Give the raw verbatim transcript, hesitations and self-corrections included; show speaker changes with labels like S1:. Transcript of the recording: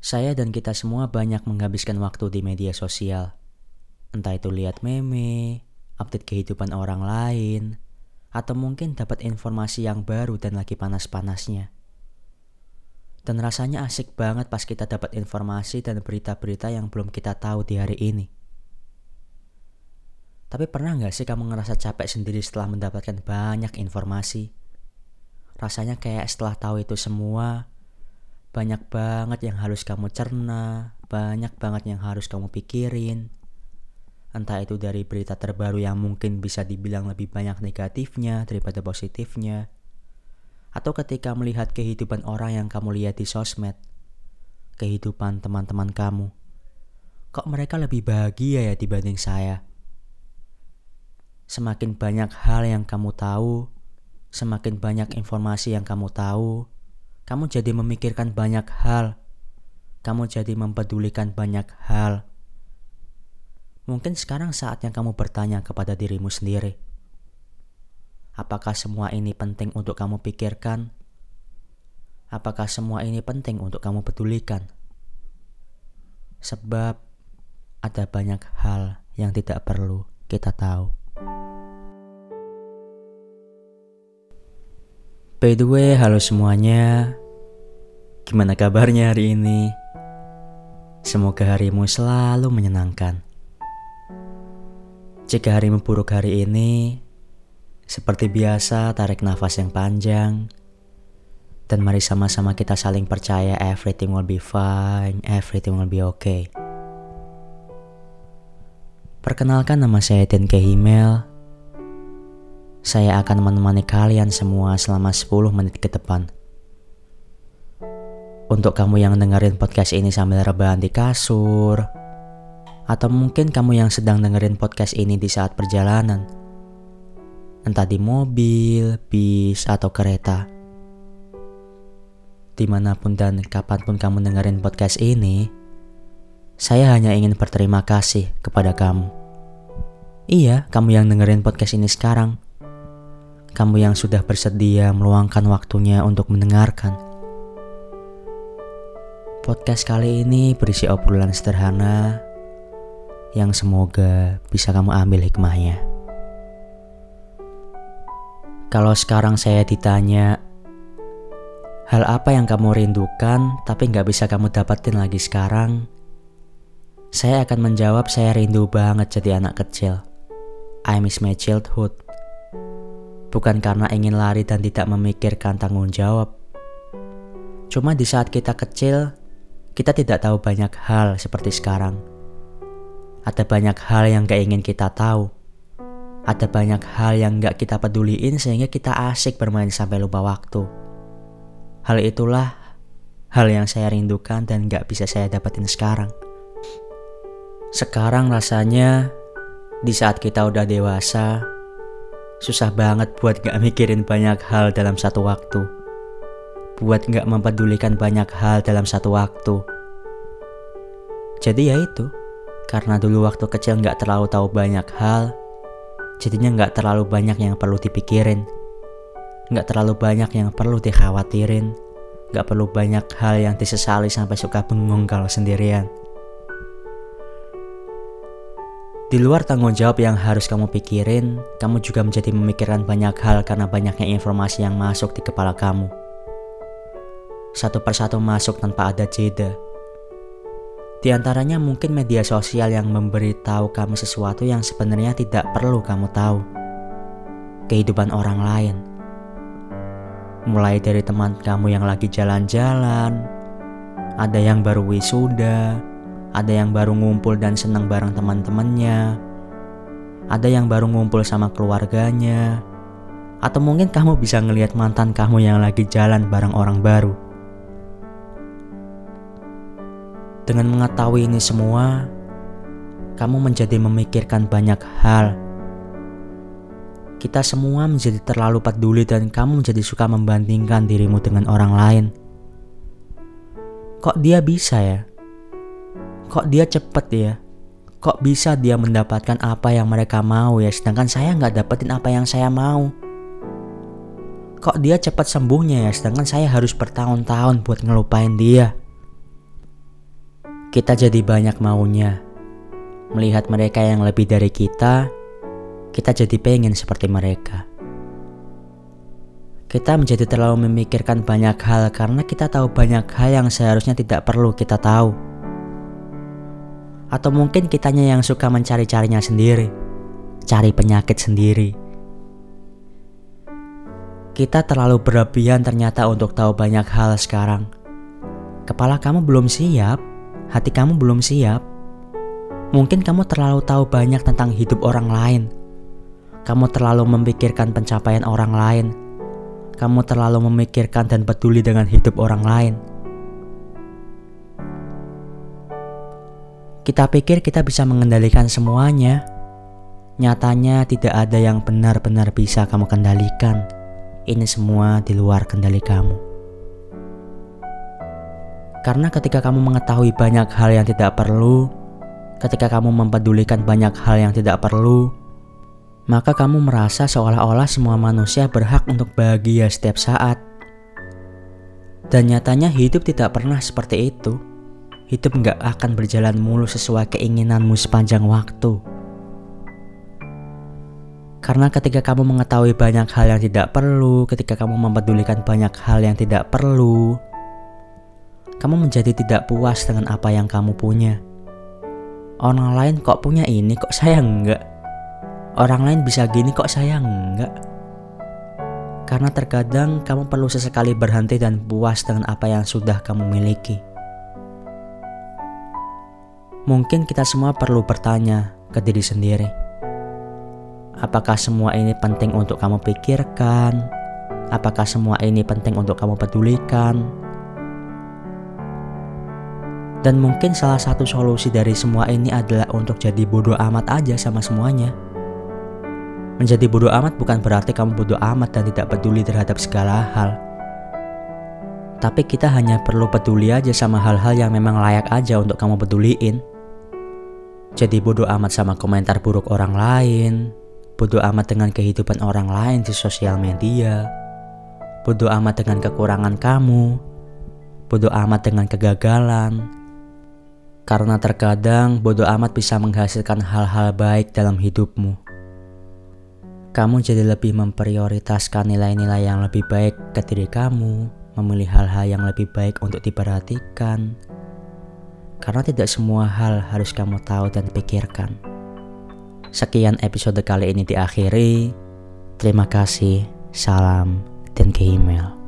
S1: Saya dan kita semua banyak menghabiskan waktu di media sosial. Entah itu lihat meme, update kehidupan orang lain, atau mungkin dapat informasi yang baru dan lagi panas-panasnya. Dan rasanya asik banget pas kita dapat informasi dan berita-berita yang belum kita tahu di hari ini. Tapi pernah gak sih kamu ngerasa capek sendiri setelah mendapatkan banyak informasi? Rasanya kayak setelah tahu itu semua, banyak banget yang harus kamu cerna, banyak banget yang harus kamu pikirin. Entah itu dari berita terbaru yang mungkin bisa dibilang lebih banyak negatifnya daripada positifnya. Atau ketika melihat kehidupan orang yang kamu lihat di sosmed, kehidupan teman-teman kamu. Kok mereka lebih bahagia ya dibanding saya? Semakin banyak hal yang kamu tahu, semakin banyak informasi yang kamu tahu, kamu jadi memikirkan banyak hal. Kamu jadi mempedulikan banyak hal. Mungkin sekarang saatnya kamu bertanya kepada dirimu sendiri. Apakah semua ini penting untuk kamu pikirkan? Apakah semua ini penting untuk kamu pedulikan? Sebab ada banyak hal yang tidak perlu kita tahu. By the way, halo semuanya. Gimana kabarnya hari ini? Semoga harimu selalu menyenangkan. Jika harimu buruk hari ini, seperti biasa tarik nafas yang panjang. Dan mari sama-sama kita saling percaya everything will be fine, everything will be okay. Perkenalkan, nama saya Denke Himel. Saya akan menemani kalian semua selama sepuluh menit ke depan. Untuk kamu yang dengerin podcast ini sambil rebahan di kasur, atau mungkin kamu yang sedang dengerin podcast ini di saat perjalanan, entah di mobil, bis, atau kereta. Dimanapun dan kapanpun kamu dengerin podcast ini, saya hanya ingin berterima kasih kepada kamu. Iya, kamu yang dengerin podcast ini sekarang. Kamu yang sudah bersedia meluangkan waktunya untuk mendengarkan. Podcast kali ini berisi obrolan sederhana yang semoga bisa kamu ambil hikmahnya. Kalau sekarang saya ditanya, hal apa yang kamu rindukan tapi gak bisa kamu dapetin lagi sekarang? Saya akan menjawab saya rindu banget jadi anak kecil. I miss my childhood. Bukan karena ingin lari dan tidak memikirkan tanggung jawab. Cuma di saat kita kecil, kita tidak tahu banyak hal seperti sekarang. Ada banyak hal yang gak ingin kita tahu. Ada banyak hal yang gak kita peduliin sehingga kita asik bermain sampai lupa waktu. Hal itulah hal yang saya rindukan dan gak bisa saya dapetin sekarang. Sekarang rasanya di saat kita udah dewasa, susah banget buat gak mikirin banyak hal dalam satu waktu. Buat gak mempedulikan banyak hal dalam satu waktu. Jadi ya itu, karena dulu waktu kecil gak terlalu tahu banyak hal, jadinya gak terlalu banyak yang perlu dipikirin. Gak terlalu banyak yang perlu dikhawatirin. Gak perlu banyak hal yang disesali sampai suka bengong kalau sendirian. Di luar tanggung jawab yang harus kamu pikirin, kamu juga menjadi memikirkan banyak hal karena banyaknya informasi yang masuk di kepala kamu. Satu persatu masuk tanpa ada jeda. Di antaranya mungkin media sosial yang memberitahu kamu sesuatu yang sebenarnya tidak perlu kamu tahu. Kehidupan orang lain. Mulai dari teman kamu yang lagi jalan-jalan, ada yang baru wisuda, ada yang baru ngumpul dan senang bareng teman-temannya. Ada yang baru ngumpul sama keluarganya. Atau mungkin kamu bisa ngelihat mantan kamu yang lagi jalan bareng orang baru. Dengan mengetahui ini semua, kamu menjadi memikirkan banyak hal. Kita semua menjadi terlalu peduli dan kamu menjadi suka membandingkan dirimu dengan orang lain. Kok dia bisa ya? Kok dia cepet ya? Kok bisa dia mendapatkan apa yang mereka mau ya, sedangkan saya gak dapetin apa yang saya mau? Kok dia cepat sembuhnya ya, sedangkan saya harus bertahun-tahun buat ngelupain dia? Kita jadi banyak maunya. Melihat mereka yang lebih dari kita, kita jadi pengen seperti mereka. Kita menjadi terlalu memikirkan banyak hal karena kita tahu banyak hal yang seharusnya tidak perlu kita tahu. Atau mungkin kitanya yang suka mencari-carinya sendiri, cari penyakit sendiri. Kita terlalu berlebihan ternyata untuk tahu banyak hal sekarang. Kepala kamu belum siap, hati kamu belum siap. Mungkin kamu terlalu tahu banyak tentang hidup orang lain. Kamu terlalu memikirkan pencapaian orang lain. Kamu terlalu memikirkan dan peduli dengan hidup orang lain. Kita pikir kita bisa mengendalikan semuanya. Nyatanya tidak ada yang benar-benar bisa kamu kendalikan. Ini semua di luar kendali kamu. Karena ketika kamu mengetahui banyak hal yang tidak perlu, ketika kamu mempedulikan banyak hal yang tidak perlu, maka kamu merasa seolah-olah semua manusia berhak untuk bahagia setiap saat. Dan nyatanya hidup tidak pernah seperti itu. Hidup gak akan berjalan mulus sesuai keinginanmu sepanjang waktu. Karena ketika kamu mengetahui banyak hal yang tidak perlu, ketika kamu mempedulikan banyak hal yang tidak perlu, kamu menjadi tidak puas dengan apa yang kamu punya. Orang lain kok punya ini, kok saya enggak? Orang lain bisa gini, kok saya enggak? Karena terkadang kamu perlu sesekali berhenti dan puas dengan apa yang sudah kamu miliki. Mungkin kita semua perlu bertanya ke diri sendiri. Apakah semua ini penting untuk kamu pikirkan? Apakah semua ini penting untuk kamu pedulikan? Dan mungkin salah satu solusi dari semua ini adalah untuk jadi bodoh amat aja sama semuanya. Menjadi bodoh amat bukan berarti kamu bodoh amat dan tidak peduli terhadap segala hal. Tapi kita hanya perlu peduli aja sama hal-hal yang memang layak aja untuk kamu peduliin. Jadi bodoh amat sama komentar buruk orang lain, bodoh amat dengan kehidupan orang lain di sosial media, bodoh amat dengan kekurangan kamu, bodoh amat dengan kegagalan. Karena terkadang bodoh amat bisa menghasilkan hal-hal baik dalam hidupmu. Kamu jadi lebih memprioritaskan nilai-nilai yang lebih baik ke diri kamu, memilih hal-hal yang lebih baik untuk diperhatikan. Karena tidak semua hal harus kamu tahu dan pikirkan. Sekian episode kali ini diakhiri. Terima kasih, salam, dan ke email.